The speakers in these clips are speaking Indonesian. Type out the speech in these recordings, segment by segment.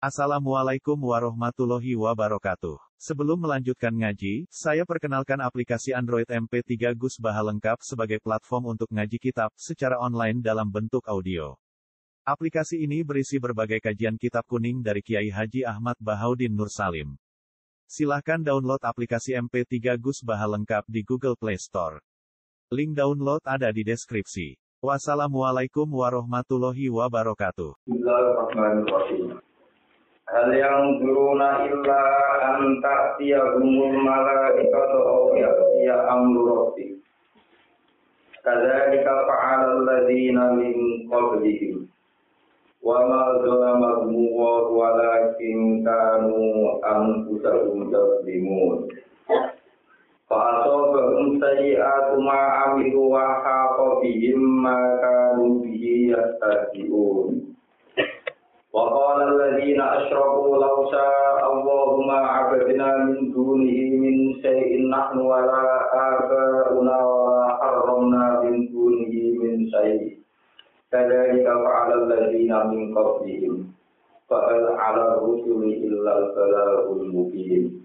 Assalamualaikum warahmatullahi wabarakatuh. Sebelum melanjutkan ngaji, saya perkenalkan aplikasi Android MP3 Gus Baha lengkap sebagai platform untuk ngaji kitab secara online dalam bentuk audio. Aplikasi ini berisi berbagai kajian kitab kuning dari Kiai Haji Ahmad Bahaudin Nur Salim. Silahkan download aplikasi MP3 Gus Baha lengkap di Google Play Store. Link download ada di deskripsi. Wassalamualaikum warahmatullahi wabarakatuh. Bismillahirrahmanirrahim. Hal yang duruna illa an ta'tiyahumul malaikatu aw ya'tiya amru rabbik. Kadzalika fa'ala alladziina min qablihim. Wa ma zalamahum walakin kanu anfusahum yazlimun. Fa'asabahum sayyi'atu ma 'amilu wa haqa bihim ma kanu bihi yastahzi'un. Wa qala alladziina asyraku law syaa Allahu ma 'abadna min dunihi min syai'in nahnu wa la aabaa'una wa la harramna min dunihi min syai'in. Kadzalika fa'ala alladziina min qablihim. Fa hal 'ala rusuli illa al-balaghul mubin.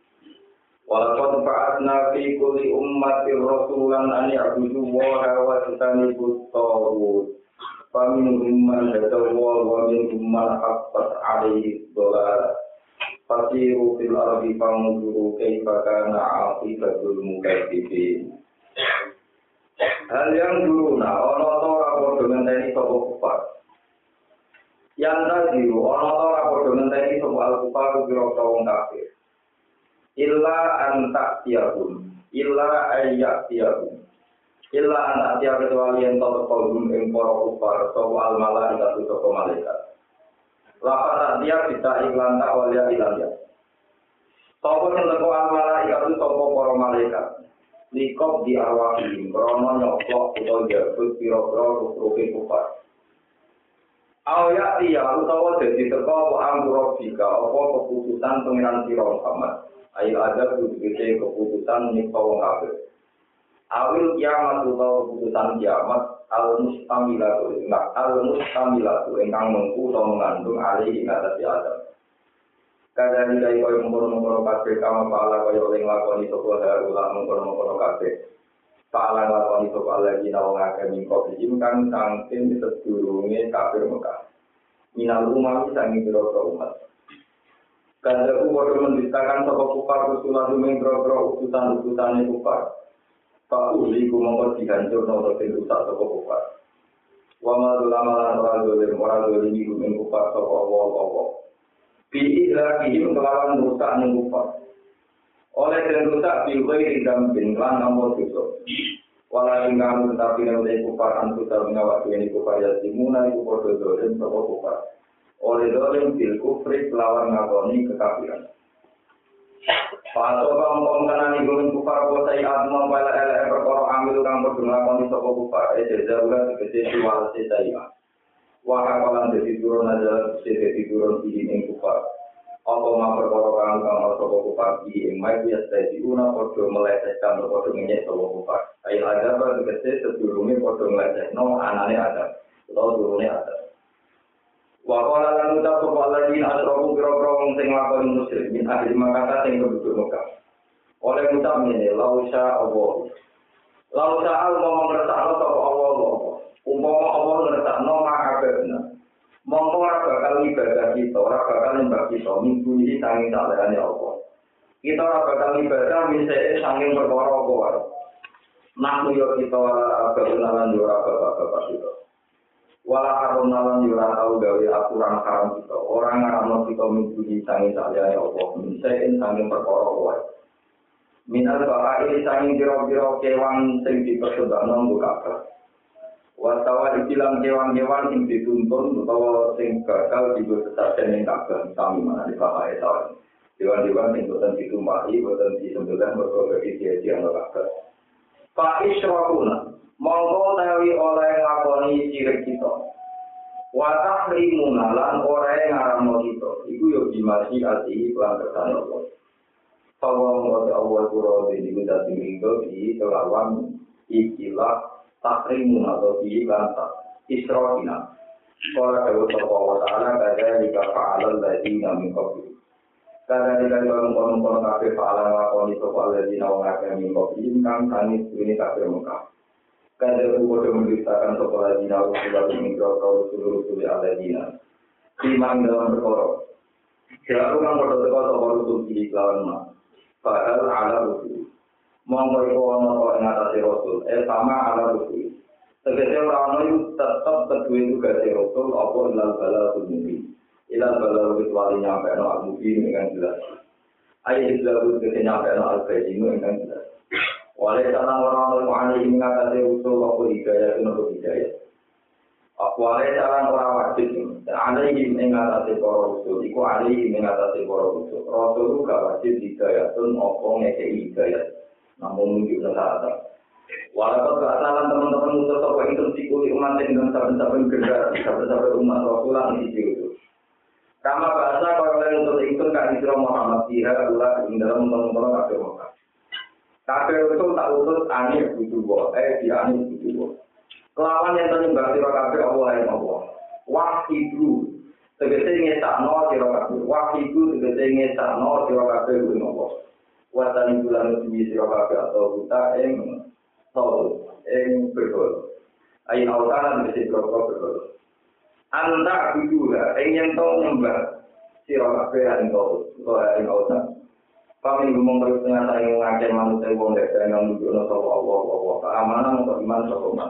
Walaqad ba'atsna fi kulli ummatin rasulan an ya'budu Allaha wa yajtanibut taghut. Faminhum man hadallaha wa minhum man haqqat 'alaihi ad-dhalalah. Fasiru fil ardi fanzuru kaifa kana 'aqibatul mukadzibin. Hal yang duruna ana ta ora padha ngenteni sapa kufar. Yang tadi ana ta ora padha ngenteni sapa al-kufar kira-kira wong kafir. Illa an ta'tiyahum, illa ayyatiyahum. Illa an ta'tiyah kecuali yang tolong ing para kufar sapa al-malaikat sapa malaikat. Lafaz ta'tiyah bisa iklan tak walia ilannya. Sapa sing teko al-malaikat sapa para malaikat. Likop di arwahim krana nyoplok utawa jabut pira-pira ruh-ruhe kufar. Ayatiyah utawa dadi teko amrobika apa keputusan pengiran sira Muhammad. Ayo ada keputusan nyiksa wong kafir. Awil kiamat utawa keputusan kiamat al-mustamilatu ingkang mengku utawa mengandung alih ing atas Adam. Kadang iki koyo mengkono-mengkono kabeh kama pala koyo ing lakoni sapa harulah mengkono-mengkono kabeh. Pala lakoni sapa lagi wong akeh mingko kang saking sedurunge kafir Mekah. Minal umam sangi biro umat. Kandaku bodoh mendistakan sapa kufar usulan lumeng biro utusan-utusane kufar. Pakuli ku mongko dihancur noto sing rusak sapa kufar. Wa ma zulamalan ora dolim iku ing kufar sapa apa-apa. Bi ilahihim kelawan rusak ning kufar. Oleh den rusak biwai damping lan namung dosa. Wala ing kamu tapi nek kufar antu tawina waktu ini kufar ya dimuna iku padha dolim sapa kufar. Oleh dolim bil kufri kelawan ngakoni kekafiran. Paso kang mongkonane gumeng kufar kota ya admon bala ele perkara amil kang padha nglakoni sapa kufar jazaura tegese siwal saya. Wa kalan dadi turun aja dadi turun iki ing kufar. Apa ma perkara kang sapa kufar iki ing mai biasa dadi una padha melecehkan padha ngenyek sapa kufar. Ayo ada tegese sedurunge padha melecehno anane ada. Utawa turune ada. Wa qala lan uta sapa alladzina asyraku biro-biro wong sing nglakoni musyrik min ahli Makkah sing penduduk Mekah. Oleh ucap ngene, lausya Allah. Lausya Allah ngertakno sapa Allah. Umpama Allah ngertakno makabehna. Mongko ora bakal ibadah kita, ora bakal nyembah kita minggu iki sanging salehane Allah. Kita ora bakal ibadah misale sanging perkara apa wae. Nak yo kita ora kenalan yo ora bapak-bapak kita. Wala haram nalan yura tau gawe aturan haram kita. Orang ngaramno kita minggu sangi saliyane Allah. Misaen sangi perkara wae. Minal ba'il sangi biro-biro kewan sing dipersembahno buka. Wastawa dibilang kewan-kewan sing dituntun utawa sing bakal disesajen ing kabeh sami mana dipakai tahun. Kewan-kewan sing boten ditumpahi, boten disembelih mergo dadi kabeh. Fa isyraquna mongko tawi oleh nglakoni sirik kita. Wa tahrimuna lan oleh ngaramno kita. Iku yo dimasi ati lan kersane Allah. Pawang Allah kuro di dadi minggu di kelawan ikilah tahrimuna atau di lanta Israilina. Qala dawuh Allah Ta'ala kadzalika fa'alal ladzina min qablihim. Kadzalika kono kabeh fa'alan lakoni sapa ladzina wa min qablihim kang sanis ini kabeh Mekah. Kadzalika padha menceritakan sapa ladzina wa min qablihim seluruh ladzina. Iman dalam perkara. Kira kang padha teka sapa rusul iki lawan mak. Fa'al ala rusul. Monggo iku ana ing atase rasul, sama ala rusul. Tegese ora ana iku tetep kedue tugas rasul apa ilal balagh mubin. Ilal balagh kecuali nyampe ana al-mubin dengan jelas. Ayat Islam itu nyampe ana al-qadim dengan jelas. Wale sanan orang ana ing atase rasul apa hidayah itu hidayah. Wale sanan ora wajib. Ana ing atase para rasul iku ana ing atase para rasul. Rasul gak wajib hidayah tun apa ngekeki hidayah. Namun menunjuk nasabah. Walaupun keasalan teman-teman musuh toko itu sikuli umat yang saben-saben generasi, saben-saben umat Rasulullah di situ. Kama bahasa kalau kalian untuk ikut kan Isra Muhammad Tiha ulah ing dalam menonton kafir Mekah. Kafir Rasul tak utus aneh butuh di aneh butuh. Kelawan yang ternyembah sira kafir Allah yang Allah. Wahidu tegese ngesakno sira kafir. Wahidu tegese ngesakno sira kafir ing Allah. Watani bulan di sira kabeh atau buta ing tol ing berkol. Ayin autaran mesti berkol. Anta bidura ing yen to nyembah sira kabeh ing tol ing autan. Kami ngomong terus dengan saya ngakeh manut wong dek nang nunjukno sapa Allah keamanan untuk iman sapa man.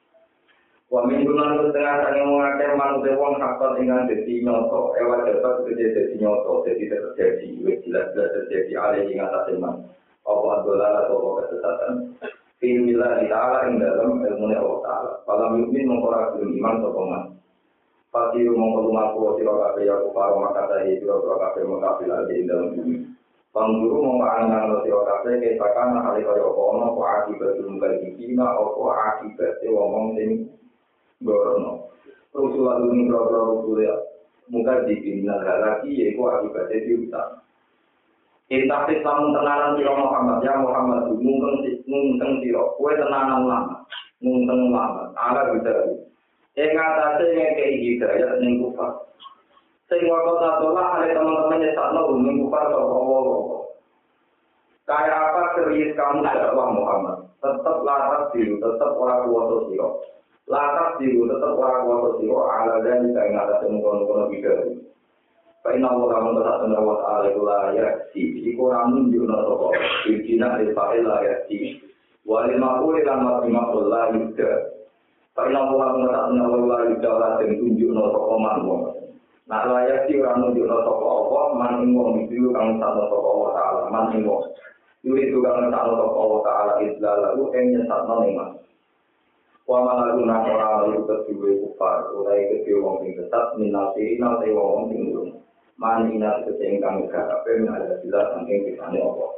Wa min dunan setengah saya ngakeh manut wong hakon ingkang dadi nyoto ewa dapat dadi nyoto dadi terjadi wis jelas-jelas terjadi alih ing atas iman apa adalah atau kesesatan filmillah ta'ala ing dalam ilmu Allah Ta'ala falam yu'min mengkora iman sapa man pasti mongko lumaku sira kabeh ya kufar maka dadi sira kabeh mengkafir ing dalam bumi pangguru mongko angan sira kabeh kepakan hale kaya apa ana apa akibat mungkina apa akibat wong sing Gorono, Rasulullah ini Rasulullah muka dipindah lagi, yaitu akibatnya diutang. Kita Islam tenanan siro Muhammad, ya Muhammad mungkeng siro, kue tenanan lama, mungkeng lama, ala bidari. Atasnya ngekei hidayat ning kufar. Sing waktu satulah ada teman-teman nyesakno ning kufar sapa Allah. Kayak apa serius kamu dakwah Muhammad? Tetap larat diri, tetap orang kuasa siro. Latar diru tetap orang kuasa siro ala dan jika ingat ada mengkono-kono bidari. Fa'inna Allah kamu tetap menerawat ala itu layak si kurang nunjuk nasoko Bidina al-fa'il layak si walil makul ilan makul layak Fa'inna Allah kamu tetap menerawat layak jala dan tunjuk nasoko manwong. Nah layak si orang nunjuk nasoko Allah manwong itu kamu tetap nasoko Allah ta'ala manwong. Yuri itu kamu tetap nasoko Allah ta'ala idlalahu yang nyesat naniman. Wa malaguna ora lalu kedua kufar, ulai kedua wong sing tetap minasi nate wong sing urung. Manina sing kang kabeh ada jelas saking pisane apa.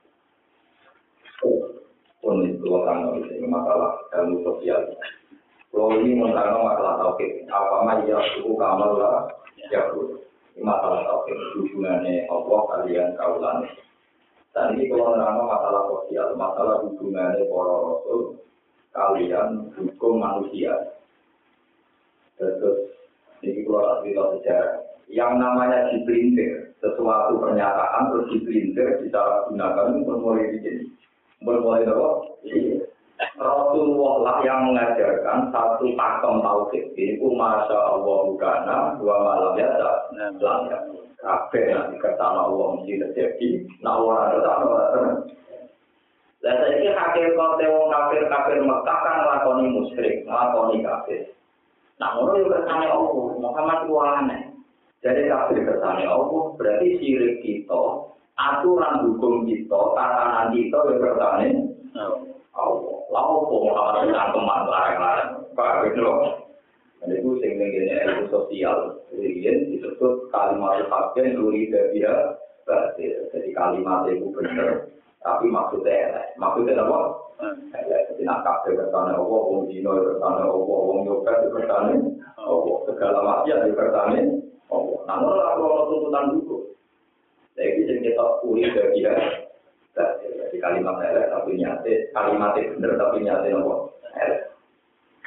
Pun itu kang iki masalah ilmu sosial. Kalau ini menerangkan masalah tauhid, apa maya suku kamal lah ya bu. Masalah tauhid hubungannya Allah kalian kaulan. Dan ini kalau menerangkan masalah sosial, masalah hubungannya para rasul kalian hukum manusia. Terus ini keluar cerita sejarah. Yang namanya dipelintir, sesuatu pernyataan terus dipelintir secara gunakan bermulai di sini. Bermulai apa? Rasulullah lah yang mengajarkan satu pakem tauhid. Itu masya Allah bukana dua malam ya lam ya. Kabeh nanti kertana Allah mesti terjadi. Nah orang kertana orang. Dan saya ini hakikat wong kafir Mekah kan nglakoni musyrik, nglakoni kafir. Nah, ngono yo kersane Allah, Muhammad ku aneh. Jadi kafir kersane Allah, berarti syirik kita, aturan hukum kita, tatanan kita yo kersane Allah. Lah opo Muhammad cangkeman larang-larang. Pak betul. Jadi itu sing ngene ilmu sosial, riyen disebut kalimat haqqin urida biha berarti jadi kalimat itu benar. Tapi maksudnya elek. Maksudnya apa? Elek. Jadi nak kabeh kersane Allah, wong dino kersane Allah, wong nyopet kersane Allah, segala maksiat kersane Allah. Namun ora ono tuntutan hukum. Jadi sing kita uri dari dia. Jadi kalimat elek tapi nyate, kalimat bener tapi nyate apa? Elek.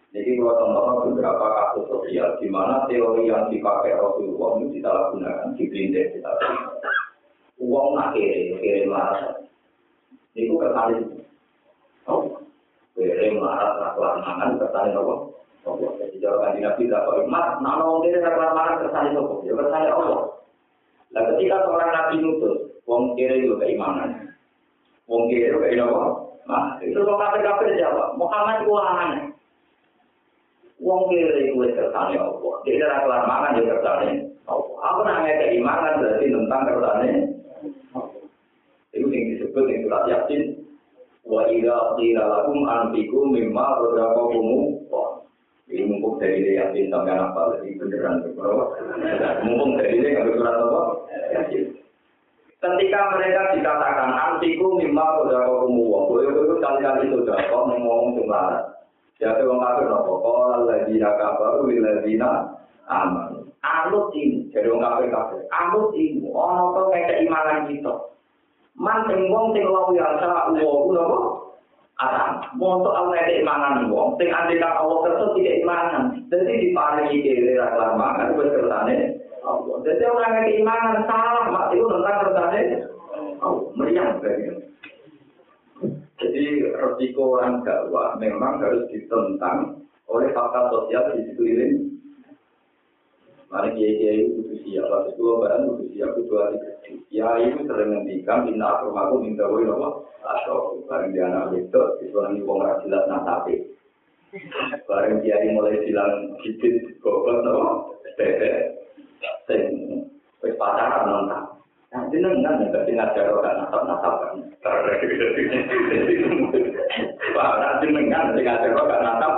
Jadi kalau contohnya beberapa kasus sosial di mana teori yang dipakai Rasulullah itu disalahgunakan, dipindah, uang nak kirim larat. Itu kesalin. Oh, kirim larat kelanangan kesalin apa? Oh, jadi jawaban Nabi tidak kok mas, nama orang kirim kelanangan kesalin apa? Ya kesalin Allah. Nah ketika seorang Nabi nutus, uang kirim itu keimanan, uang kirim itu apa? Nah itu kalau kafir jawab, Muhammad ulangan. Wong kiri itu kersane Allah. Jadi cara kelamanan dia kersane Allah. Aku nanya keimanan berarti tentang kersane Allah. Itu yang disebut yang surat Yasin. Wa idza qila lakum anfiqu mimma razaqakum Allah. Ini mumpung dari Yasin sampai apa lagi beneran berapa? Mumpung dari ini nggak surat apa? Yasin. Ketika mereka dikatakan anfiqu mimma razaqakum Allah. Itu kali-kali sudah kok ngomong jumlah. Jadi orang kafir nopo, kalau lagi nak kabar, lagi aman. Anut ini, jadi orang kafir. Anut ini, orang nopo kayak keimanan kita. Man wong sing lawu ya salah uang nopo. Aram, untuk Allah keimanan wong, sing andekan Allah kerso tidak imanan. Jadi diparingi kiri rasa mangan, berkertane Allah. Jadi orang keimanan salah, mak itu tentang kertane Allah. Meriang begitu. Jadi resiko orang dakwah memang harus ditentang oleh fakta sosial di sekeliling. Mari kiai butuh siap, waktu itu barang butuh siap, butuh hati kecil. Kiai itu sering ngendikan, minta rumahku minta woi nopo, atau bareng dia anak itu, orang ibu nggak jelas nasabe. Bareng kiai mulai bilang gigit gobel nopo, sing wis pacaran nonton. Nah, jenengan nggak tinggal jarokan nasab-nasaban. Para jenengan tinggal jarokan nasab.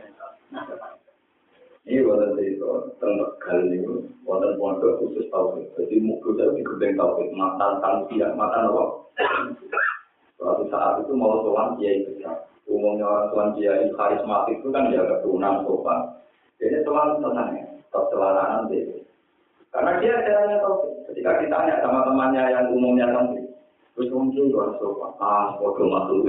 Ini wonten itu tentang kali ini wonten pondok khusus tauhid. Jadi mukul saya di gedeng tauhid, matan tangsian, matan apa? Suatu saat itu mau sowan kiai besar. Umumnya orang sowan kiai karismatik itu kan jaga turunan sopan. Ini sowan tenangnya, percelananan deh. Karena dia caranya tahu. Ketika ditanya sama temannya yang umumnya santri, terus mungkin orang sopan, bodoh masuk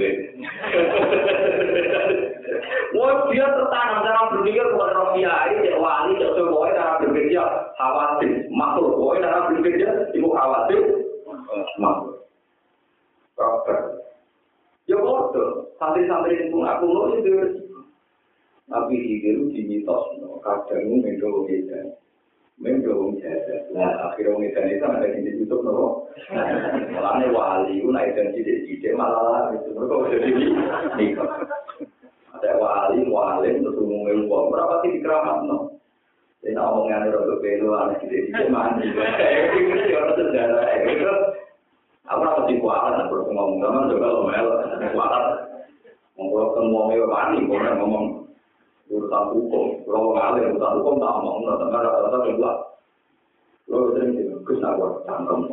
wah dia tertanam cara berpikir bukan orang kiai, dia wali, dia semuanya cara berpikir khawatir, makhluk, pokoknya cara berpikir ibu khawatir, makhluk. Proper. Ya bodoh, santri-santri itu aku mau itu, tapi itu dimitos, kadang mendorong kita. Mendorong saja. Nah, akhirnya orang itu ada di YouTube, no. Malahnya wali, naik dan tidak malah itu. Mereka sudah ini. Ada wali, terus umumnya uang. Berapa sih di keramat, no? Jadi ngomongnya ada untuk belu, anak tidak mandi. Ini orang sejarah. Aku rasa di kualan, aku ngomong sama juga lomel, kualan. Ngomong semuanya mandi, ngomong. Urusan hukum, kalau ngalir urusan hukum tak ngomong, tapi rata-rata kedua. Kalau sering dibagus, aku cangkem.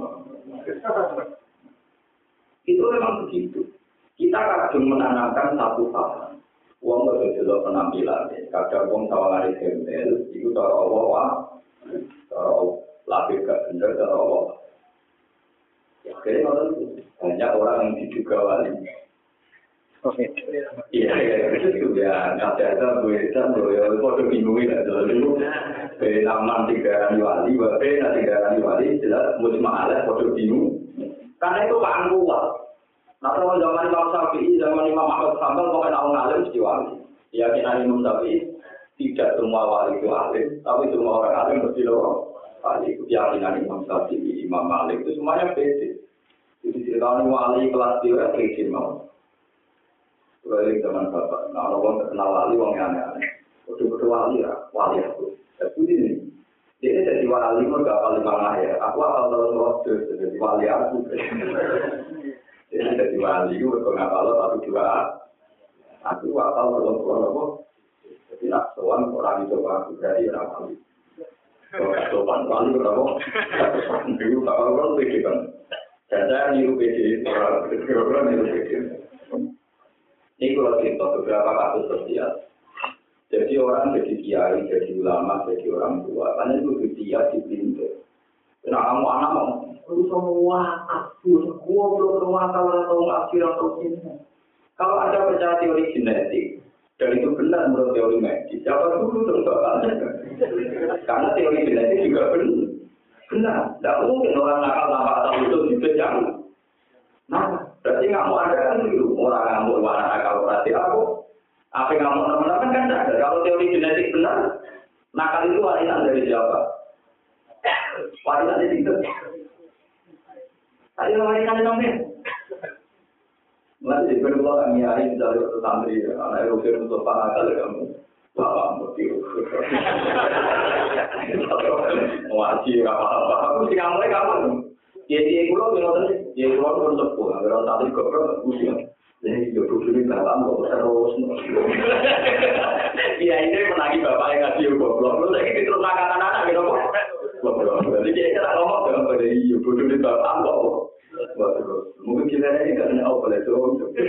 Itu memang begitu. Kita kadang menanamkan satu hal. Uang berjudul penampilan. Kadang uang tawaran gembel, itu cara Allah, cara lapis gak benar, cara Allah. Ya, akhirnya banyak orang yang diduga wali. Iya, itu ya, ada buetan, ya, foto bingung ya, dulu, aman tiga wali, tiga wali, jelas, musim malah foto bingung. Karena itu kan kuat. Nah, kalau zaman Imam Syafi'i, zaman Imam Ahmad Hanbal, pokoknya orang alim mesti wali. Keyakinan Imam Syafi'i tidak semua wali itu alim, tapi semua orang alim mesti wali. Keyakinan Imam Syafi'i, Imam Malik itu semuanya beda. Jadi cerita wali kelas dia kayak mau. Wali zaman bapak, nah orang terkenal wali, orang yang aneh-aneh. Betul-betul wali ya, wali aku. Tapi ini, dia jadi wali, mereka kali mana ya. Aku asal terus jadi wali aku. Dia jadi wali, mereka nggak kalau tapi juga. Aku asal terus apa. Jadi nak soal orang itu aku dari orang wali. Sopan wali berapa? Dulu kalau pede kan. Dan saya niru pede, orang niru pede. Ini kalau cerita beberapa kasus sosial. Jadi orang jadi kiai, jadi ulama, jadi orang tua. Karena itu dia di pintu. Karena kamu anak mau, lu semua aku, belum rumah atau ngaji atau ini. Kalau ada percaya teori genetik, Dan itu benar menurut teori medis. Siapa dulu terus bapaknya? Karena teori genetik juga benar. Tidak mungkin orang nakal tanpa asal usul juga jangan. Nah, berarti ngamuk ada kan itu. Orang ngamuk warna nakal berarti apa? Apa yang ngamuk teman-teman kan ada. Kalau teori genetik benar, nakal itu warisan dari siapa? Warisan dari itu. Ayo warisan namanya. Nanti berdua kami hari dari santri, anak Eropa untuk panakal kamu, bapak motif. Wajib apa? Aku sih kamu kapan? Jadi pulau yang mana? Jadi pulau untuk pulau. Kalau santri goblok, pusing. Jadi jodoh ini dalam kok terus. Iya ini menagi bapak yang ngasih goblok. Lu lagi terus makan anak gitu kok. Goblok. Jadi kita ngomong dengan pada jodoh ini dalam kok. Mungkin kita ini tidak tahu boleh itu.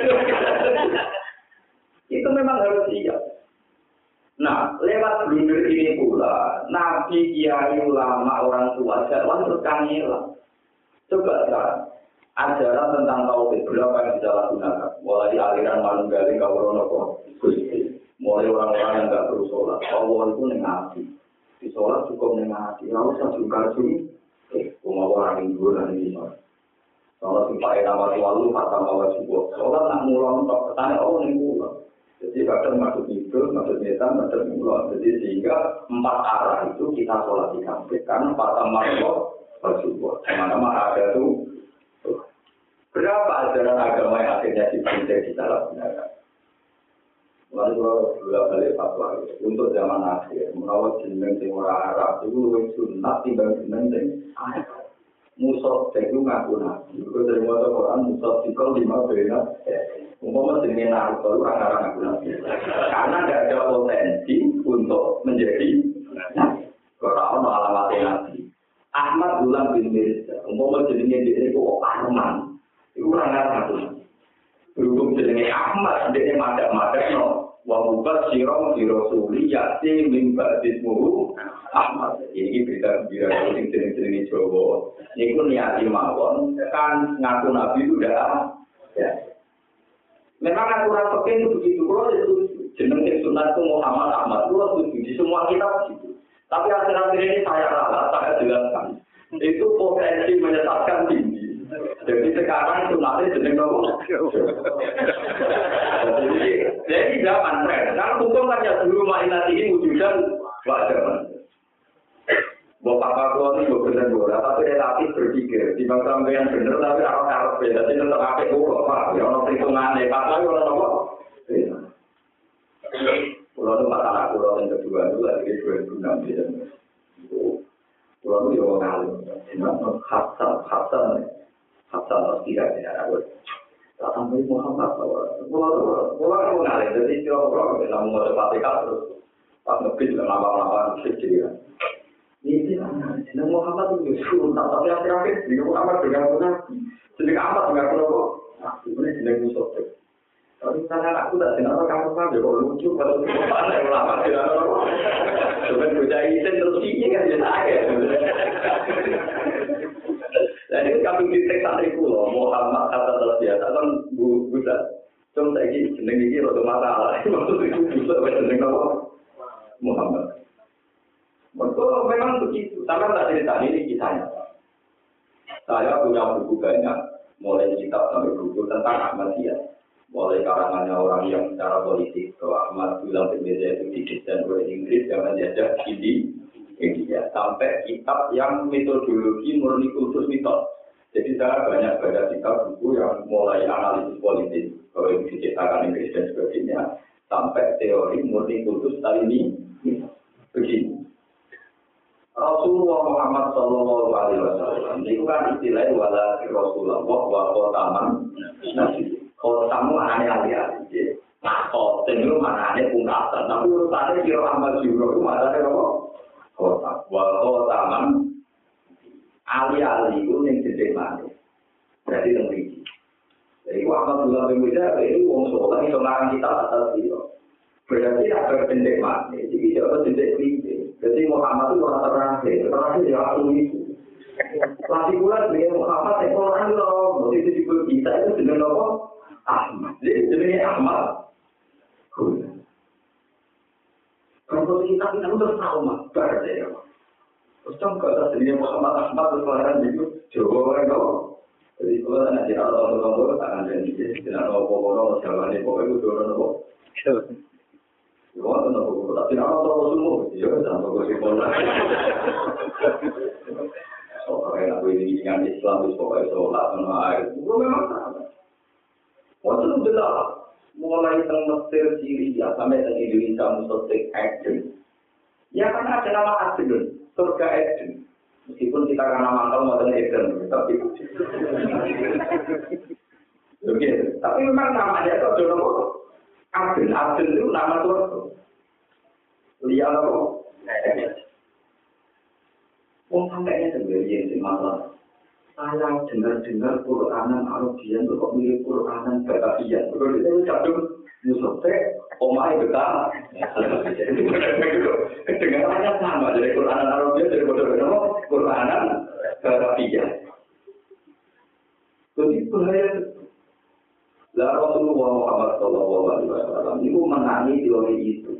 Itu memang harus siap. Nah, lewat blunder ini pula, nabi, kiai, ulama, orang tua, jangan terus kangelan. Coba sekarang, ajaran tentang tauhid berapa yang disalahgunakan? Mulai aliran manunggaling kawrono Gusti, mulai orang-orang yang tidak perlu sholat. Allah itu nengati. Di sholat cukup nengati. Lalu saya juga mau orang Hindu dan ini sholat. Kalau supaya nama Tuhan kata bahwa sebuah sholat nak mulon untuk petani orang yang mulon. Jadi kadang masuk itu, masuk netan, masuk mulon. Jadi sehingga 4 arah itu kita sholat di kampung. Karena pertama itu bersyukur. Mana-mana ada tuh. Berapa ajaran agama yang akhirnya dipakai di dalam negara? Lalu kalau balik fatwa untuk zaman akhir, merawat jeneng sing ora Arab itu lebih sunat timbang jeneng sing Arab. Musab itu ngaku nabi. Kalau dari mata Quran musab dikol 5 benar. Umpama jenenge Naruto itu orang ngaku nabi. Karena tidak ada potensi untuk menjadi nabi. Kalau ono alamat nabi. Ahmad Gulam bin Mirza. Umpama jenenge dia itu Ahmad. Itu orang ngaku nabi. Berhubung jenenge Ahmad, dia madak-madak no. Wa mubasyirun bi rasuli yati min ba'dismuhu Ahmad. Ini berita gembira sing jeneng-jenenge Jawa. Niku niati mawon kan ngaku nabi itu udah ya. Memang aturan fikih itu begitu. Kalau itu jeneng sing sunat itu Muhammad Ahmad itu di semua kitab begitu. Tapi akhir-akhir ini saya ralat, saya jelaskan. Itu potensi menyesatkan tinggi. Jadi sekarang sunatnya jeneng apa? Jadi zaman tren. Karena hukum kan ya dulu mainati ini wujudan wajar. Bapak keluar itu benar bola, tapi relatif berpikir. Di bangsa yang benar, tapi harus beda. Jadi tetap apa pulau, Pak? Ya orang perhitungan Pak lagi orang apa? Pulau itu masalah pulau yang kedua itu lagi 2006. Pulau itu orang alim. Hasan harus tidak ada. Sampai Muhammad pulau itu ngalir. Jadi pulau kita mau sepati terus pas ngebis lama-lama sedih. Ini jeneng Muhammad itu sunat, tapi akhir-akhir jeneng Muhammad dengan nabi. Jeneng Ahmad dengan kelompok. Nah, ini jeneng Mustafa. Tapi misalnya aku tak jeneng kamu saja, kok lucu kalau itu mana yang lama jeneng apa? Coba bocah isen terus ini kan jadi saya. Dan ini kami kritik santri kulo, Muhammad kata terus biasa kan budak. Cuma saya ini jeneng ini rodo masalah. Maksud itu budak jeneng apa? Muhammad. Betul, memang begitu. Sama tak cerita ini kisahnya. Saya punya buku banyak, mulai kitab sampai buku tentang Ahmadiyah. Mulai karangannya orang yang secara politik, kalau Ahmad bilang berbeda itu didesain oleh Inggris yang menjajah di India. Sampai kitab yang metodologi murni khusus mitos. Jadi saya banyak baca kitab buku yang mulai analisis politik, kalau yang diciptakan Inggris dan sebagainya, sampai teori murni khusus tadi ini begini. Rasulullah Muhammad Sallallahu Alaihi Wasallam itu kan istilahnya wala Rasulullah wa khotaman nabi. Khotamu aneh alih-alih. Nah, khotam itu aneh pungkasan. Tapi urutannya kira Ahmad Juro itu maknanya apa? Khotam. Wa khotaman alih-alih itu yang jadi mana? Jadi temui. Jadi Ahmad Juro itu wong soleh itu ngarang kita atas itu. Berarti ada pendek mati. Jadi tidak pendek ini. Jadi Muhammad itu orang terakhir ya aku itu. Lagi pula dengan Muhammad yang orang loh, motif itu kita itu dengan apa? Ahmad. Jadi jenisnya Ahmad. Kalau kita terus trauma, bar ya. Terus kan kalau sendiri Muhammad Ahmad terus kelahiran itu Jawa kan. Jadi kalau anak tidak tahu orang tangan dan tidak tahu apa-apa jalan ini pokoknya itu orang apa. Wah, tentu aku tak tidak tahu semua. Ya, jangan tahu semua. Soalnya aku ini dengan Islam itu pokoknya sholat sama air. Itu memang sama. Waktu itu betul. Mulai teng Mesir, Syria sampai teng Indonesia musotek Eden. Ya karena ada nama Eden, surga Eden. Meskipun kita karena mantel mau teng Eden, tapi oke. Tapi memang namanya itu adalah Eden. Eden itu nama surga. Lihat apa? Oh sampainya sendiri sih masalah. Saya dengar Quranan Arabian itu kok mirip Quranan Batavian. Kalau itu jadul musotek, omai betah. Kedengarannya sama dari Quranan Arabian dari Quranan Batavian. Jadi bahaya. Lah Rasulullah Muhammad SAW itu menangi teori itu.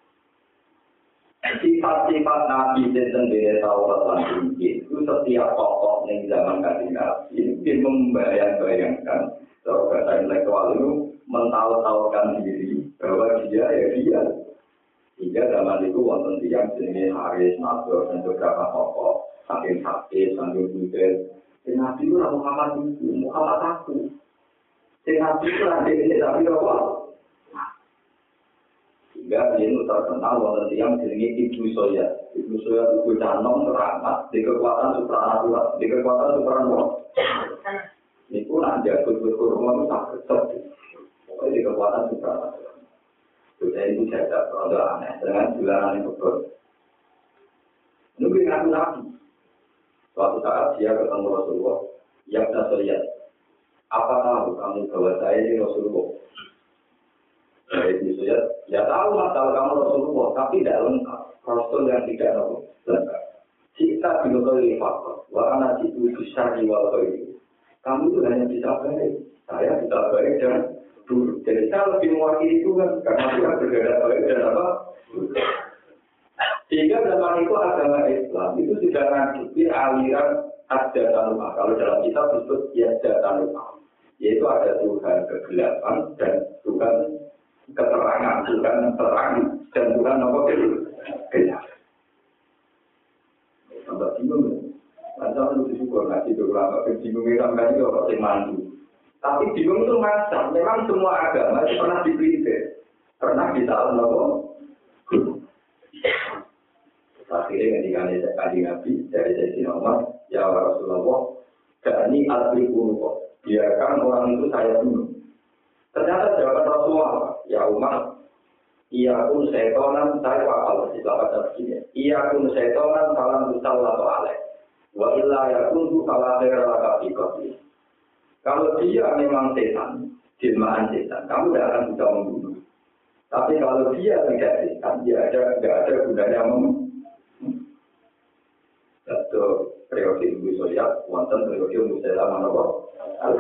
Sifat-sifat Nabi tentang diri Taurat dan Injil itu setiap tokoh yang zaman Kanjeng Nabi itu membayang-bayangkan secara bahasa intelektual itu mentahu-tahukan diri bahwa dia ya dia. Hingga zaman itu wonten tiyang jenenge Haris Nasr dan beberapa tokoh saking Hafiz, saking Bukhari. Nabi itu Muhammad itu, Muhammad aku. Nabi itu ada ini tapi apa? Sehingga dia itu terkenal wonten tiyang jenenge Ibnu Soya. Ibnu Soya itu canom teramat di kekuatan supranatural, di kekuatan supranatural. Niku nak jago kurma itu sakit sekali. Pokoknya di kekuatan supranatural. Jadi itu jaga produk aneh dengan bulanan yang betul. Nunggu ngaku Nabi. Suatu saat dia ketemu Rasulullah. Ya Soya. Apa tahu kamu bahwa saya ini Rasulullah? Ibnu Soya, ya tahu masalah kamu Rasulullah, tapi tidak lengkap. Rasul yang tidak lengkap. Kita binukali faktor, wahana itu bisa diwakili. Kamu itu hanya bisa baik, saya bisa baik dan buruk. Jadi saya lebih mewakili Tuhan, karena Tuhan berbeda baik dan apa? Sehingga zaman itu agama Islam itu sudah menghadapi aliran Ad-Datanumah. Kalau dalam kitab disebut Yad-Datanumah, yaitu ada Tuhan kegelapan dan Tuhan keterangan, Tuhan terang dan Tuhan apa gelap. Sampai bingung, macam itu juga ngasih beberapa kebingungan kali orang yang mandu. Tapi bingung itu macam, memang semua agama itu pernah dipelihara, pernah disalahkan apa? Akhirnya ketika Kanjeng Nabi dari Sayyidina Umar, ya Rasulullah, ini al-Qur'an kok. Biarkan orang itu saya bunuh. Ternyata jawaban Rasulullah, ya Umar, iya pun setonan saya wakal di selawat begini. Iya pun setonan salam besar atau alek. Wa illa ya pun kalau terlalu. Kalau dia memang setan, jelmaan setan, kamu tidak akan bisa membunuh. Tapi kalau dia tidak setan, dia tidak ada gunanya membunuh. Satu periode Ibu Soya, wonten periode Musela Manowo,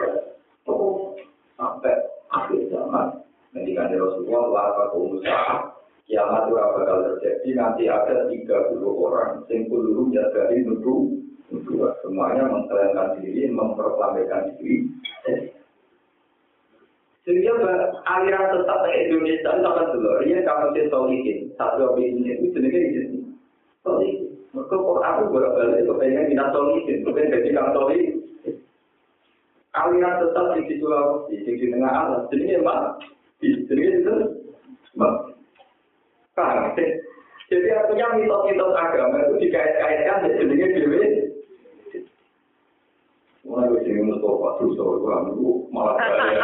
sampai akhir zaman. Ketika Rasulullah laka pengusaha, kiamat itu bakal terjadi. Nanti ada 30 orang, yang kuluru jadari nuduh, semuanya mengklaimkan diri, memproklamirkan diri. Sehingga aliran sesat Indonesia itu akan dulu. Ini kalau saya solihin, satu opini itu jenisnya di sini. Solihin. Mereka Quran itu bolak-balik kepengen minat solihin, kepengen jadi katolik. Aliran sesat di Sulawesi, di tengah alam, jenisnya apa? Jadi itu, paham? Jadi artinya mitos-mitos agama itu dikait-kaitkan dengan jenisnya dewi. Mulai dari sini Mustafa itu malah kaya.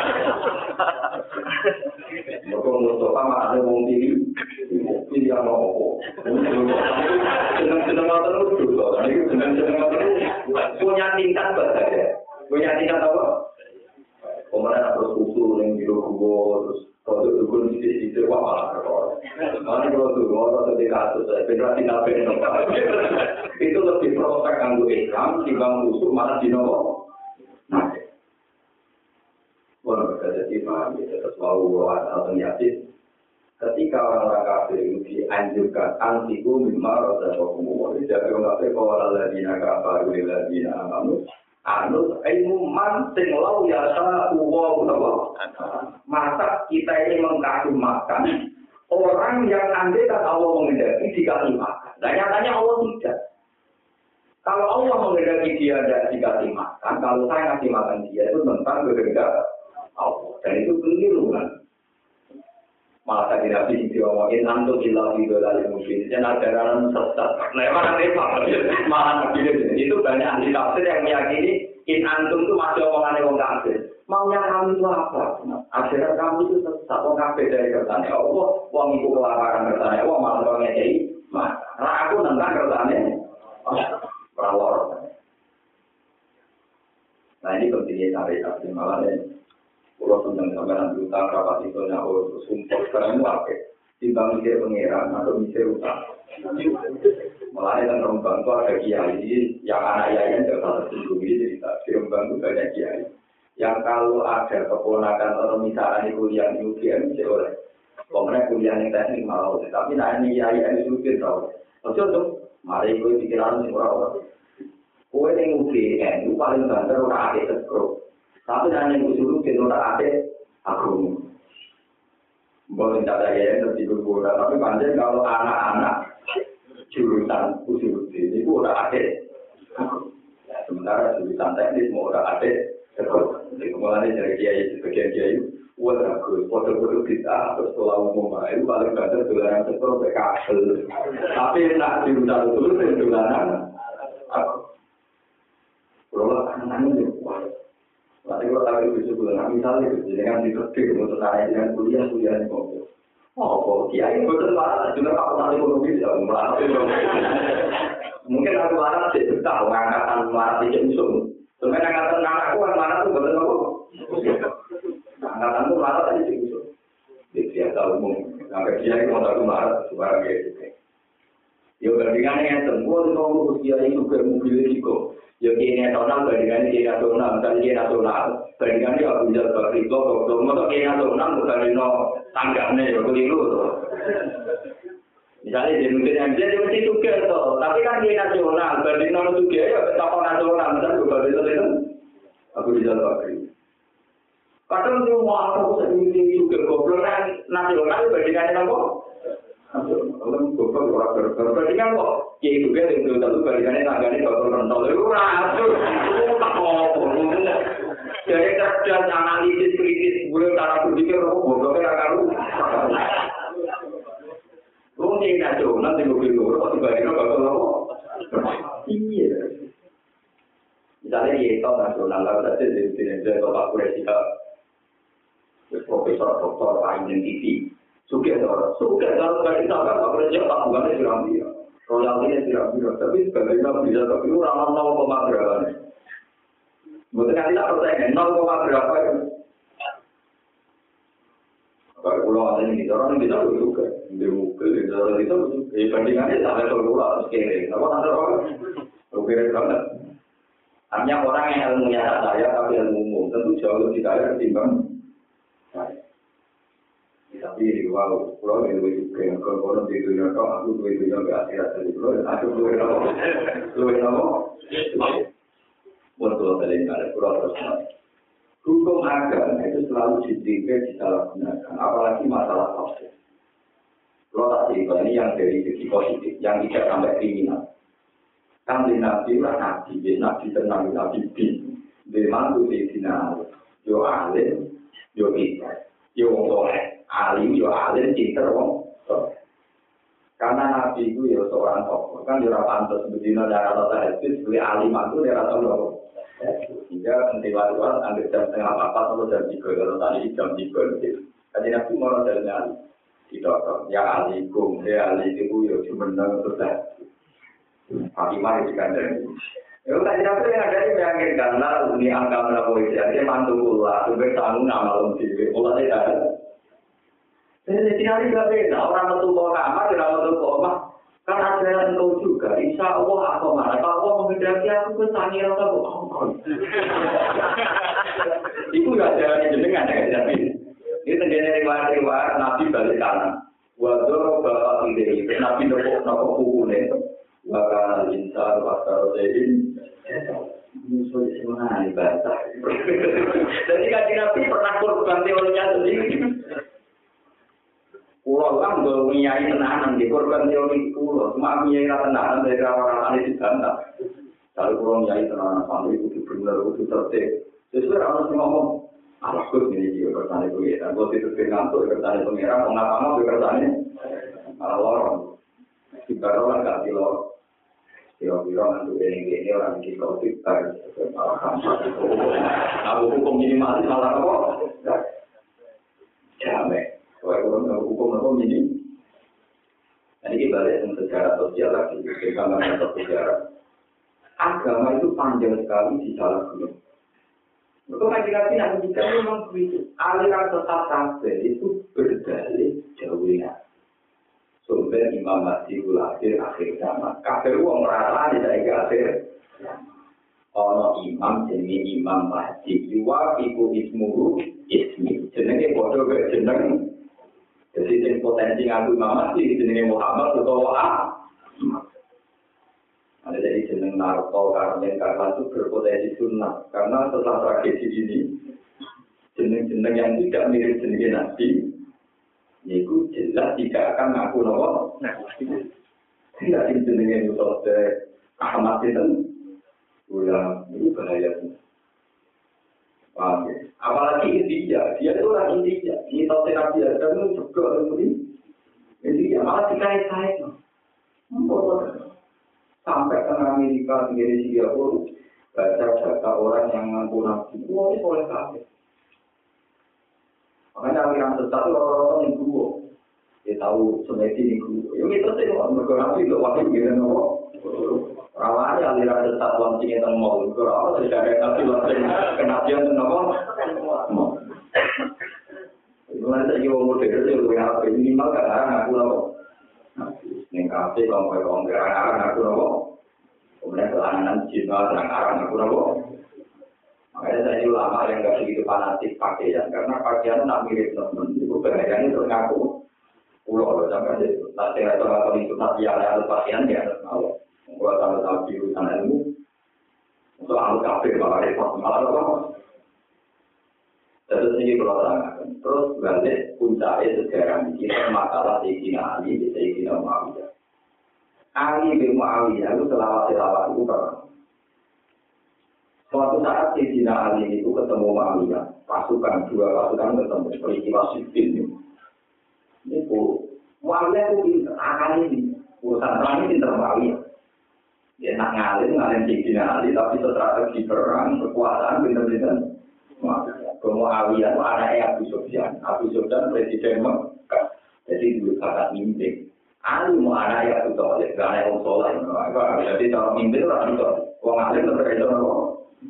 Mereka Mustafa makanya wong tinggi, pilih yang mau. Senang-senang terus dosa, senang-senang terus punya tingkat bahasa, punya tingkat apa? Kemudian terus usul yang biru terus produk dukun di wah malah teror. Mana kalau tuh orang atau kasus federasi nabi itu lebih prospek anggo Islam timbang musuh malah di nomor. Nah, orang berkata di mana kita terus mau atau yakin Ketika orang-orang kafir itu dianjurkan antiku mimma razaqakumullah, jadi orang kafir kalau alladzina kafaru lil ladzina amanu anut ilmu man sing lau yasa wa masa kita ini mengkasih makan orang yang andai kata Allah menghendaki dikasih makan. Dan nyatanya Allah tidak. Kalau Allah menghendaki dia tidak dikasih makan, kalau saya ngasih makan dia itu tentang kehendak Allah. Dan itu keliru kan. Malah tadi Nabi diomongin antum ilah video dari mungkin dan ajaran sesat. Lewat malah Nabi itu banyak ahli tafsir yang meyakini in antum itu masih omongannya orang kafir. Maunya kami itu apa? Ajaran kami itu sesat orang kafir dari kertanya Allah. Wong itu kelaparan kertanya Allah malah orang ngejai. Nah aku tentang kertanya perawat. Nah ini pentingnya syariat malah ini. Kalau tentang sampean utang rapat itu nyawa sumpah sekarang wae timbang mikir pengeran atau mikir utang. Malah yang Rembang itu ada kiai yang anak yayan juga tersinggung ini cerita di Rembang itu banyak kiai yang kalau ada keponakan atau misalnya kuliah di UGM bisa oleh pemerintah kuliah yang teknik malah tapi nah ini kiai yang sulit tau. Maksudnya mari gue pikiran sih orang gue yang UGM itu paling banter orang ada sekro. Tapi hanya usul kita tak ada aku. Boleh tak ada yang tertidur bola. Tapi panjang kalau anak-anak jurusan usul ini udah ada. Sementara jurusan teknis mau udah ada. Jadi kemudian dari kiai sebagian kiai, udah aku foto-foto kita atau sekolah umum itu paling banyak dolaran sekolah PKL. Tapi nak jurusan usul itu dolaran aku. Kalau anak-anak nanti kalau tahu itu sebulan, misalnya dengan ditertib untuk saya dengan kuliah yang komplit. Oh, kiai betul lah, juga aku nanti ekonomi tidak melarang. Mungkin aku larang sih tahu angkatan melarang di Jemsum. Sebenarnya angkatan anakku yang mana tuh betul aku. Angkatan tuh melarang tadi Jemsum. Di biasa umum, sampai kiai mau tahu melarang sebarang gitu. Ya bandingannya yang semua itu kiai juga mobil risiko. Ya kini nasional bandingannya kini nasional, misalnya kini nasional bandingannya Abu Jal Bakri Klok, masa kini nasional bukan Rino tanggapnya ya keliru tuh. Misalnya di Indonesia dia mesti juga tuh, tapi kan kini nasional bandingan juga ya tokoh nasional, misalnya bukan Rino itu Abu Jal Bakri. Kadang dia mau aku sendiri juga goblok nasional bandingannya apa? Kalau goblok orang berbandingan kok, ya itu dia yang dulu bandingannya tangganya dokter rentol itu rasul, tak apa. Jadi cerdas analisis kritis, boleh cara berpikir gobloknya akan lu. Lu nih nasional di mobil lu, kok dibandingkan dokter apa? Iya. Misalnya ya nasional lah, saja di Indonesia atau Pak Presiden, profesor doktor lain yang TV. Suka kalau dari sana tak boleh jawab bukannya dirambil, royaltinya dirambil, tapi sebenarnya bisa tapi orang 0, berapa? Mungkin nanti tak percaya 0, berapa ya? Kalau pulau ada yang orang kita juga, di mobil di dalam itu, bandingannya sampai keluar sekali, apa nanti orang? Lebih banget. Hanya orang yang ilmunya saya tapi ilmu umum tentu jauh lebih kaya ketimbang saya. Tapi wow, pulau itu juga kalau di dunia aku di dunia berakhirat dari pulau aku luar nama betul sekali ada pulau tersebut. Hukum agama itu selalu disalahgunakan, apalagi masalah tafsir. Pulau tafsir ini yang dari segi positif, yang tidak sampai kriminal. Kan di nabi lah nabi tenang nabi bin, memang itu di final, yo alim, yo kita, yo soleh. Alim yo alim cinta wong. Karena nabi itu ya seorang tokoh kan yo ora pantes bedina darah hadis kuwi alim aku ora tau. Sehingga sentiwal-wal ambil jam setengah 4 atau jam 3 kalau tadi jam 3 gitu. Jadi nabi mau jalan tidak ya alikum ya aliku yo cumeneng terus. Fatimah dikandani. Yo tak ada yang ada yang karena ini angka melakukan jadi mantu kula sampai tanggung nama lebih kula tidak. Jadi tinggal juga beda, orang metu ke kamar, orang metu ke rumah, kan ada yang tahu juga, insya Allah apa mana, kalau Allah menghendaki aku ke sana, aku akan. Itu nggak ada jenengan ya, tapi ini terjadi riwayat Nabi balik kanan. Wadoro bapak ide, nabi nopo hukune, bakal insan pasar jadi musuh semua ibadah. Jadi kan nabi pernah korban teorinya sendiri. Pulau kan gue punya tenanan di korban teori pulau, cuma punya tenanan dari orang-orang itu dibantah. Kalau pulau punya tenanan sampai itu benar itu tertib. Sesuai harus ngomong, aku ini juga bertanya pengiran. Gue itu ngantuk bertanya pengiran, mengapa bertanya? Malah lorong. Jika orang nggak dilorong, kira-kira ngantuk ini orang di covid kan, malah kamar itu. Aku hukum minimalis malah apa? Jamai. Kalau hukum ini, ini kita lihat sejarah sosial lagi, kita lihat sejarah. Agama itu panjang sekali di dalam dunia. Untuk kajian nanti kita memang begitu. Aliran sesat kafir itu berdalih jauhnya. Sumber Imam Mahdi lahir akhir zaman. Kafir uang merata di daerah akhir. Ono imam jenis Imam Mahdi. Yuwa iku ismuhu ismi. Jenenge bodoh ke jeneng. Jadi yang potensi ngaku Imam Mahdi jenenge Muhammad atau ada jadi jeneng Narto karena itu berpotensi sunnah. Karena setelah tragedi ini jeneng-jeneng yang tidak mirip jeneng Nabi itu jelas tidak akan ngaku nama. Tidak jeneng Musa Ahmad itu ulang itu bahaya. Paham ya? Apalagi India, dia itu orang India. Ini tahu Nabi Adam itu juga orang India. Malah dikait-kait. Sampai ke Amerika, sendiri Singapura, baca data orang yang ngaku Nabi. Wah, itu boleh kafir. Makanya aliran sesat itu orang-orang yang guru. Dia tahu semedi ini guru. Yang itu sih, berkoordinasi untuk wakil gila nopo. Rawannya aliran sesat langsing yang mau. Kalau tidak ada nabi langsing kenabian itu nopo. Itu nanti lagi orang modern itu lebih apa? Minimal kadang-kadang ngaku nopo. Yang kafe kalau mau orang ngaku nopo. Kemudian kelanganan jiwa orang ngaku nopo. Makanya saya ulama yang nggak begitu fanatik pakaian, karena pakaian nak mirip teman, itu bahayanya untuk ngaku. Pulau loh, sampai itu. Nanti atau itu nanti ada pakaian ya, kalau buat tahu urusan ilmu, untuk alat kafe malah repot, malah apa? Terus ini pelaksanaan. Terus balik puncaknya sejarah kita masalah Sayyidina Ali, Sayyidina Muawiyah. Ali bin Muawiyah itu selawat itu apa? Suatu saat Sayyidina Ali itu ketemu Muawiyah, dua pasukan ketemu, peristiwa Siffin. Itu Muawiyah itu akan ini, urusan perang ini pinter Muawiyah. Dia nak ngalim Sayyidina Ali, tapi strategi perang, kekuasaan pinter-pinter Muawiyah. Muawiyah itu anaknya Abu Sufyan presiden Mekah, jadi dulu kakak mimpi. Ali mau anaknya Abu Thalib, karena yang soleh, jadi kalau mimpi itu orang itu, orang alim terkait dengan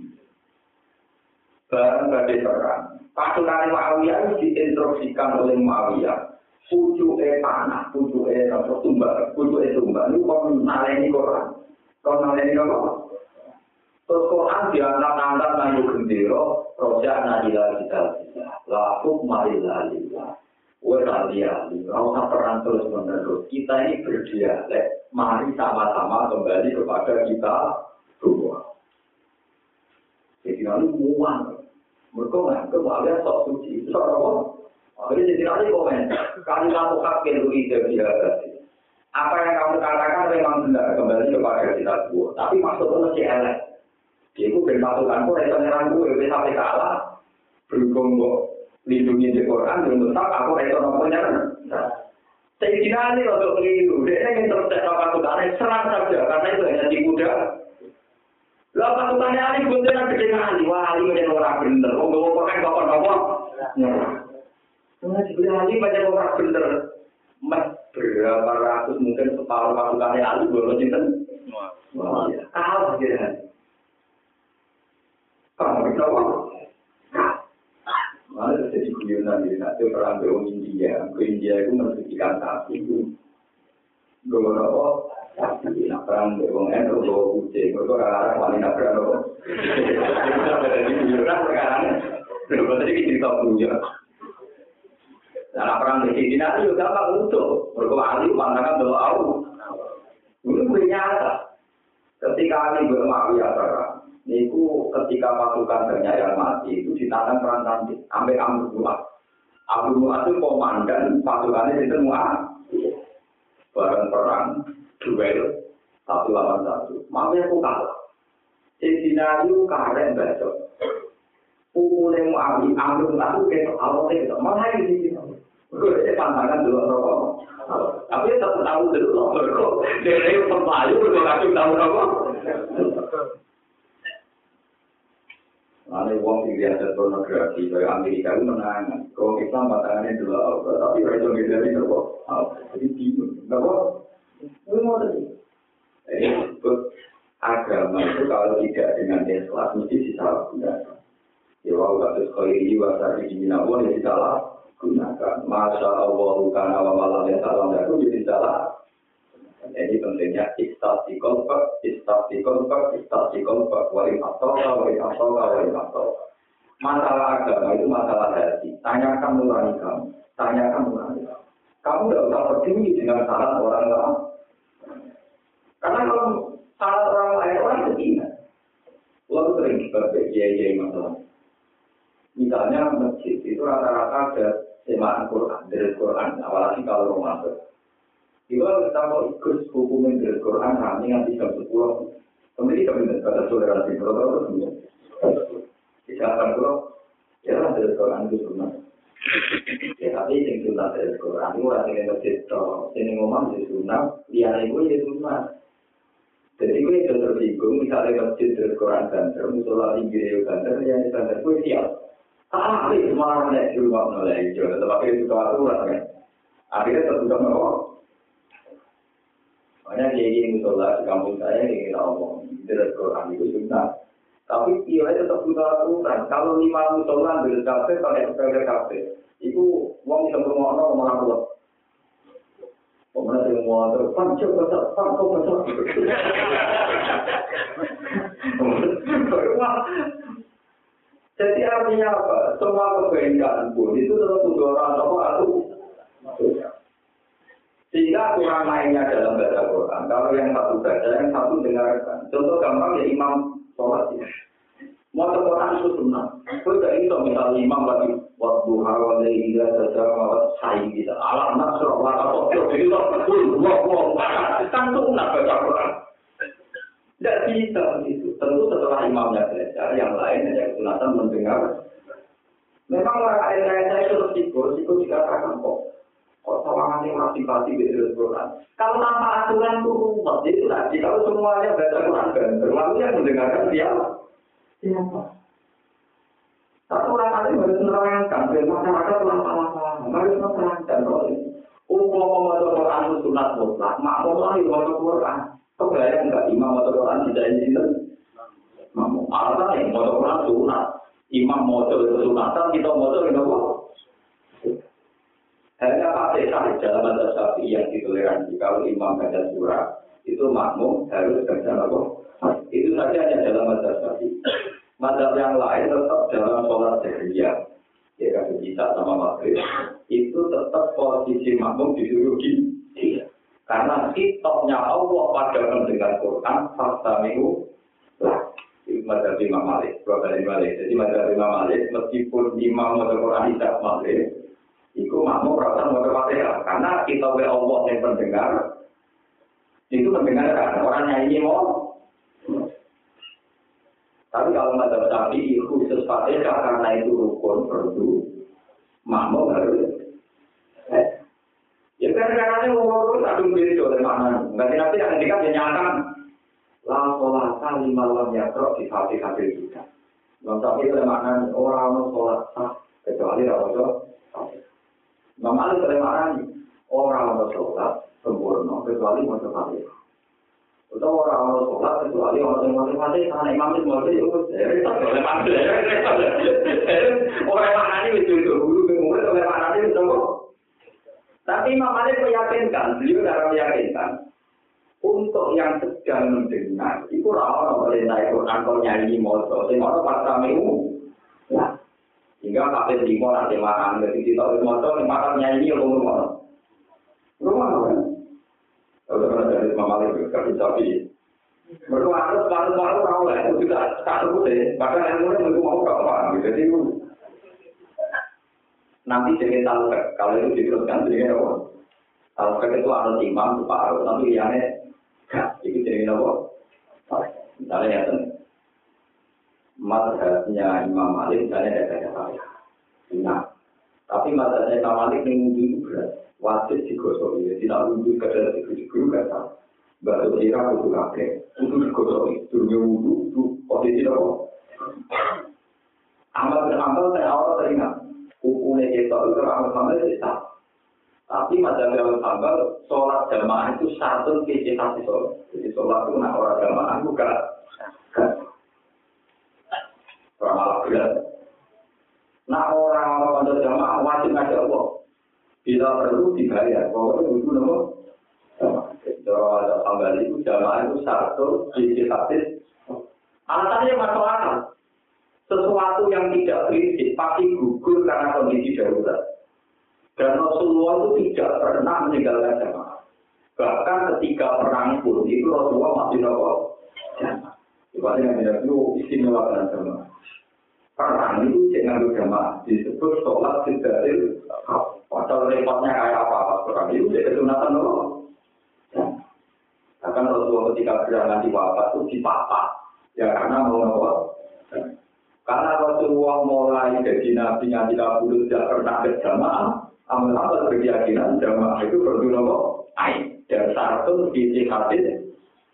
barang badai perang. Pasukan Muawiyah itu diinstruksikan oleh Muawiyah. Pucuke panah, pucuke tumbal, itu kok naleni Quran. Kok naleni apa? Terus Quran diangkat-angkat nang gendera, rojak nalila kita. La hukma illa lillah. Wa radiya. Ora perang terus-menerus. Kita ini berdialek, mari sama-sama kembali kepada kita semua. Jadi lalu muang, mereka menganggap Muawiyah sok suci. Itu sok apa? Akhirnya jadi nanti komen, kali kamu kakek itu ide biasa. Apa yang kamu katakan memang benar kembali kepada kita semua. Tapi maksudnya masih elek. Dia itu berpasukanku, rasa nyerangku, sampai kalah. Berhubung kok lindungi di Quran, belum tetap aku rasa namanya. Sayyidina Ali untuk keliru, dia ingin terus pasukannya serang saja, karena itu hanya di kuda. Lah pasukannya Ali bunteran gede Ali, wah Ali menjadi orang bener. Wong bawa Quran kok nopo? Nah, sebenarnya Ali menjadi orang bener. Mas berapa ratus mungkin separuh pasukannya Ali boleh cinta. Wah, tahu dia. Kamu kenapa? Malah terjadi guyonan di satu perang ke India. Ke India itu mensucikan sapi itu. Gue nopo? Tapi nak perang dengan itu bawa kucing, mereka orang-orang wanita perang itu. Jadi bujuran perkara ini. Berapa tadi kita punya. Nah perang di Sidina Ali juga gampang untuk. Mergo Ali pandangan doa Allah. Itu ternyata ketika Ali bermakna perang, niku ketika pasukan banyak yang mati itu ditantang perang nanti sampai Amr Mu'ad. Amr Mu'ad itu komandan pasukannya itu Mu'ad. Bareng perang duel 1 lawan 1. Makanya aku kalah. Sidina Ali karen bacot. Umule Mu'ad Amr Mu'ad itu ketok awalnya ketok malah di sini. Itu pandangan dulu rokok. Tapi tetap tahu dulu rokok. Jadi pemalu berkacung tahu rokok. Lalu uang tinggi ada pornografi dari Amerika itu menang. Kalau Islam batangannya dulu rokok, tapi mereka milih rokok. Jadi bingung. Rokok, itu mau tadi. Jadi agama itu kalau tidak dengan ikhlas mesti disalahgunakan. Ya wau kasus khairi wa sari jinawon ya disalah gunakan. Masya Allah kana wa malam yang salam itu jadi salah. Jadi pentingnya istiqomah, wali atau. Masalah agama itu masalah hati. Tanyakan nurani kamu. Kamu tidak usah peduli dengan salah orang lain. Karena kalau salah orang lain orang kecil. Lalu sering berbeda masalah. Misalnya masjid itu rata-rata ada semaan Quran, dari Quran, apalagi kalau Ramadan. Itu kita mau ikut hukumin dari Quran, kami nanti jam 10. Kemudian kami kata toleransi, kalau Siapa ya dari Quran itu sunnah. Ya tapi yang sunnah dari Quran itu orang yang masjid, yang ngomong di sunnah, dia itu ya sunnah. Jadi gue itu tersinggung, misalnya masjid dari Quran banter, musola tinggi banter, yang di banter gue siap. Ahli semuanya di rumah mulai hijau, tetapi itu aturan kan. Akhirnya tertutup merokok. Makanya dia ingin musola di kampung saya yang kita omong, dari Quran itu sunnah. Tapi dia tetap butuh aturan. Kalau 5 musola dari kafe pakai sepeda kafe, itu uang bisa bermono malah buat. Pemenang yang mau terus pancok besar. Jadi artinya apa? Semua kebaikan pun itu tetap butuh orang atau sehingga kurang lainnya dalam baca Quran. Kalau yang satu baca, yang satu dengarkan. Contoh gampang ya imam sholat ya. Mau Quran itu sunnah. Kalau tidak itu misalnya imam lagi waktu hawa dari dia saja mawat saing kita. Alam nasrul atau jadi betul. Kan sunnah baca Quran. Tidak bisa begitu. Tentu setelah imamnya belajar, yang lain hanya kesunatan mendengar. Memang orang lain saya itu resiko dikatakan kok sawangan yang masih di Quran. Kalau tanpa aturan itu ruwet, itu tadi. Kalau semuanya baca Quran benar, lalu yang mendengarkan siapa? Satu orang lain harus menerangkan, biar masyarakat lama-lama harus menerangkan. Baca Quran itu sunat mutlak, makmum lah yang baca Quran. Kebayang enggak imam baca Quran tidak ini? Makmum. Alasan yang baca Quran sunat. Imam baca sunatan, kita baca ini apa? Hanya pakai sahih dalam bahasa Syafi'i yang ditoleransi. Kalau imam baca surah, itu makmum harus baca apa? Itu saja hanya dalam bahasa Syafi'i. Mazhab yang lain tetap dalam sholat jahriyah. Ya kan kita sama maghrib. Itu tetap posisi makmum disuruh di. Karena kitabnya Allah pada mendengar Quran fastami'u lah. Itu mazhab Imam Malik, Jadi mazhab Imam Malik meskipun imam baca Quran tidak maghrib, itu makmum perasaan baca Fatihah. Karena kitabnya Allah yang mendengar itu mendengarkan orang nyanyi mau. Tapi kalau mazhab Syafi'i khusus Fatihah karena itu rukun perlu makmum harus. Ya karena orang kadung beda oleh makna. Nanti yang ketika dinyatakan la sholata lima lam yakra di Fatihah kita. Imam Syafi'i oleh makna orang sholat sah kecuali rawat. Imam Malik oleh makna orang sholat sempurna kecuali maca Fatihah. Atau orang sholat kecuali orang yang mati karena imam itu mati itu oleh makna. Orang makna ini itu dulu kemudian oleh makna itu semua. Tapi Imam Malik meyakinkan, beliau darah meyakinkan untuk yang sedang mendengar itu orang oleh naik Quran kalau nyanyi motor, sehingga orang pasang itu, ya Hingga kafir limo nanti makan, jadi kita harus motor, makan nyanyi yang rumah. Rumah kan? Kalau pernah jadi mama lagi kerja sapi. Mereka harus baru tahu lah, itu juga satu deh. Bahkan yang mulai itu mau kapan, jadi itu nanti jadi tahu kalau itu diteruskan jadi apa? Tahu itu harus imam separuh, tapi yang itu jadi apa? Misalnya ya, mazhabnya Imam Malik misalnya ada saya. Nah, tapi mazhabnya Imam Malik ini itu berat, wajib digosok. Tidak wudhu kadang digosok kan tak. Baru kira wudhu kakek, wudhu digosok. Turunnya wudhu itu posisi apa? Amal saya awal teringat. Hukumnya kita itu amal itu sah. Tapi mazhabnya Imam sholat jamaah itu satu kecitasi sholat. Jadi sholat itu nak orang jamaah bukan. Malah berat. Nah orang pada jamaah wajib ngajak Allah. Bila perlu dibayar. Pokoknya itu nama. Kalau ada tambah itu jamaah itu satu sisi hadis. Alasannya masuk akal. Sesuatu yang tidak prinsip pasti gugur karena kondisi darurat. Dan Rasulullah itu tidak pernah meninggalkan jamaah. Bahkan ketika perang pun itu Rasulullah masih nolong jamaah. Ibaratnya yang itu istimewa dengan jamaah. Perang itu jangan berjamaah disebut sholat dari padahal repotnya kayak apa perang itu jadi sunatan loh. Bahkan Rasulullah ketika berjalan di wafat itu dipapa ya karena mau ngawal. Karena Rasulullah mulai dari Nabi yang 30 tidak pernah berjamaah, amal berkeyakinan jamaah itu perlu nopo ain dan satu di hadis.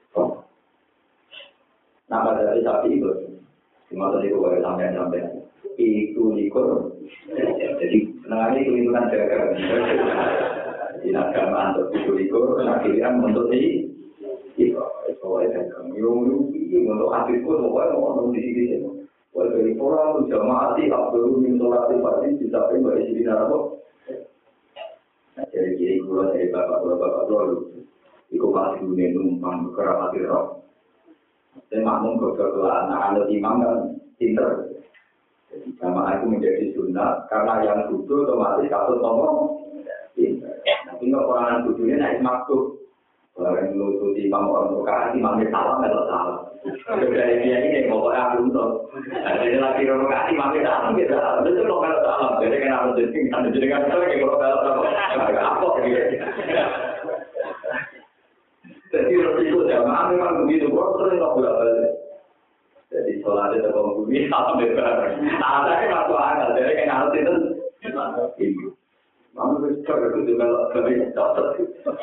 Nama dari sapi itu. Cuma tadi gue sampai itu likur, jadi menangani kelingkungan jaga. Di agama untuk itu likur, akhirnya untuk itu, soalnya kan ini untuk hadisku, soalnya mau di sini. Walau dari orang jamaah sih, abdul mintolah pasti bisa pergi dari sini narapo. Jadi kiri gula dari bapak dulu, ikut masih numpang kerabat roh. Saya makmum kebetulan anak imam kan pinter. Jadi jamaah itu menjadi sunnah karena yang duduk otomatis satu tombol pinter. Tapi kalau orang duduknya naik makhluk. Orang yang lutut imam orang bukaan imamnya salah atau salah. Dari dia ini pokoknya aku untuk. Jadi lagi orang bukaan imamnya salah gitu. Itu kalau salah. Jadi kan harus jadi kan kalau salah apa gitu. Jadi itu jamaah memang begitu, kok sering nggak bolak-balik. Jadi sholatnya tetap bumi, salam bebas. Ada yang masuk akal, jadi kayak harus itu. Mama besar itu juga lebih cocok.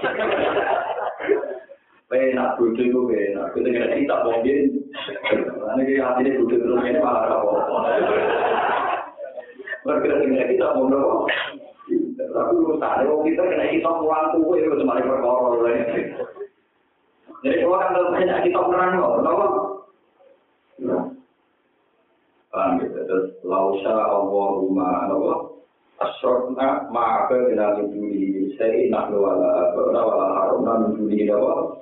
Enak bujuk itu enak, kita kena kita mungkin. Karena kita hatinya bujuk terus ini malah apa-apa. Berkira-kira kita mau berapa? Tapi urusannya, kita kena kita pulang tuh itu cuma perkara. Jadi orang kalau banyak kita perang kok, kenapa? Nah, paham gitu. Terus lausa Allahumma Allah asyurna ma'aka bila minjuli saya nak wala harumna minjuli Allah.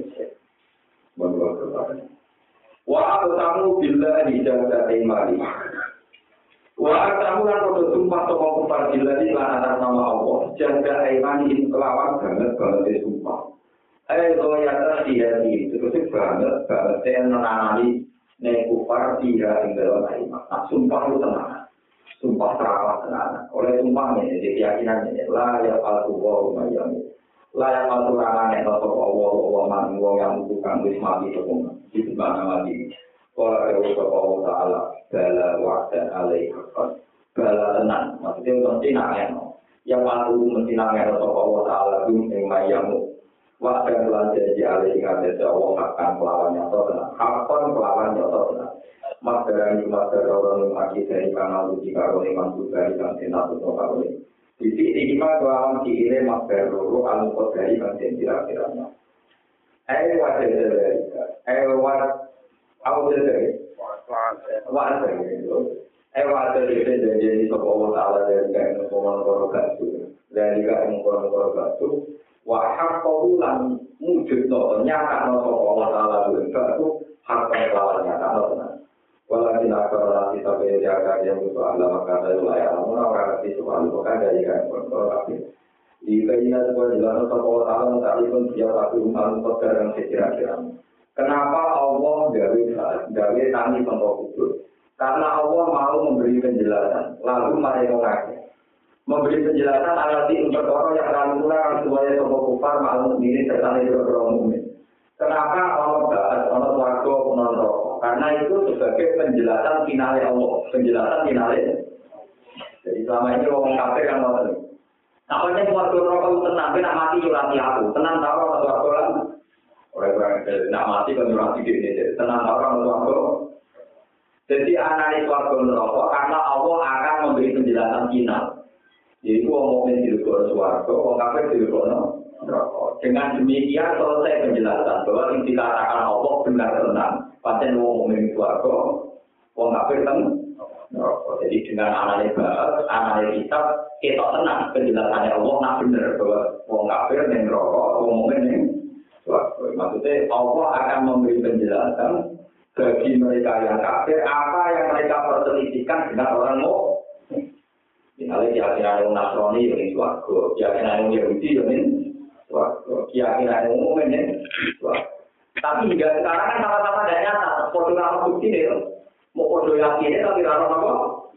Wa aqsamu billahi jalla imani. Wa aqsamu lan podo sumpah sapa kufar billahi lan atas nama Allah. Jaga imani kelawan banget sumpah. Goyata sihati, terus banget yang menanami nekufar dia tinggal iman. Nah, sumpah itu tenang, sumpah terawat tenang. Oleh sumpahnya, jadi keyakinannya, layak al-tuwa umayyami, layak al-turangan yang tetap Allah yang bukan wismati tepung, di mana mati. Kalau Allah Ta'ala, bala wa'dan alaih hakkan, bala tenang, maksudnya mesti nangen. Yang paling mesti nangen tetap Allah Ta'ala, yang mayamu. Waktu bulan janji alih ingat Allah akan melawan nyata tenang, akan melawan nyata tenang. Masyarakat orang lagi dari kanal uji karone mantu dari kan senat untuk karone. Di sini lima doang di ini masyarakat orang alukot dari kan kira-kiranya. Wajah dari, wajah dari janji sebuah Allah dari kan ngomong batu, dari kan ngomong batu. Wahak kaulan mujud no nyata no Allah Taala itu hak lawan nyata no. Walau tidak korelasi tapi ya jaga yang itu Allah kata wilayah orang itu soal bukan dari kan kontrol tapi di kajian sebuah jalan atau tahu tadi pun dia satu umat yang sekira-kira. Kenapa Allah gawe tani contoh kubur? Karena Allah mau memberi penjelasan. Lalu mereka mengaku memberi penjelasan alati untuk orang yang akan pulang semuanya contoh kufar maklum ini serta itu berumum. Kenapa Allah bahas Allah warga non-rokok? Karena itu sebagai penjelasan finale Allah, penjelasan finale. Jadi selama ini orang kafir yang mau tahu. Namanya warga rokok itu tenang, nak mati curati aku. Tenang tahu orang warga lah. Orang-orang nak mati kan curati gini. Tenang tahu orang warga. Jadi analis warga rokok karena Allah akan memberi penjelasan final. Yaitu orang mukmin di luar warga, orang kafir di luar rokok. Dengan demikian selesai penjelasan bahwa yang dikatakan Allah benar tenang. Pasien orang mukmin warga, orang kafir kan rokok. Jadi dengan analis kitab kita tenang penjelasannya Allah nak benar bahwa orang kafir yang rokok, orang mukmin yang warga. Maksudnya Allah akan memberi penjelasan bagi mereka yang kafir apa yang mereka perselisihkan dengan orang mukmin. Misalnya keyakinan orang Nasrani yang warga, keyakinan orang Yahudi yang keyakinan umum ini, tapi hingga sekarang kan sama-sama tidak nyata. Foto nama bukti nih, mau foto yakin tapi rara apa?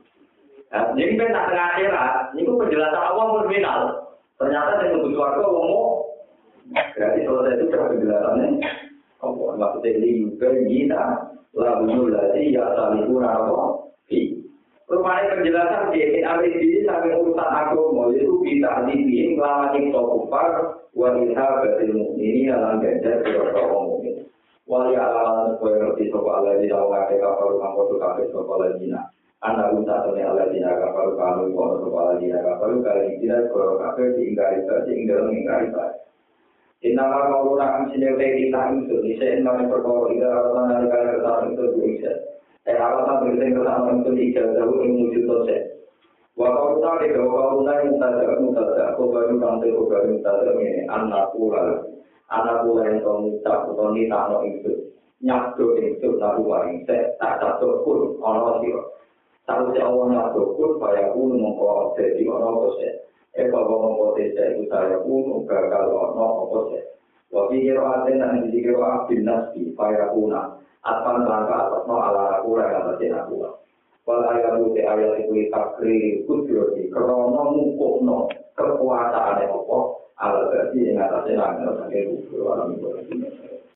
Jadi kan tak tengah akhirat, ini penjelasan awal final. Ternyata yang untuk warga umum, berarti selesai itu sudah penjelasannya. Maksudnya ini juga kita lalu lagi ya salihun apa? Rupanya penjelasan di Amri ini sampai urusan agama itu bisa dibikin selama kita kufar wanita berilmu ini alam ganjar beberapa mukmin. Wali alam supaya ngerti soal lagi tahu kakek kapal mangkot kakek soal lagi nak. Anak usaha ini ala dina kapal kamu kono soal lagi nak kapal kali tidak kalau kakek diingkari saja ingkari saja. Inama kau orang sini kita itu bisa namanya perkara tidak orang dari kalian itu bisa. Alasan berita pertama itu dijauh ilmu jutose. Wakau tadi wakau naik mutada, kau baru nanti kau baru mutada ini anak pula yang kau muta, kau ni tak mau itu nyatu itu lalu waring tak satu pun orang sih. Tahu si awal nyatu pun saya pun mengkau jadi orang kose. Kalau mengkau itu saya pun gagal orang kose. Waktu kira ada nanti kira binasi saya punah. Atman langkah atas no ala aku yang atas aku. Walau ayat itu ayat itu takrir kudroti krono mukukno kekuasaan yang apa ala berarti yang atasnya langkah sakit itu alam itu.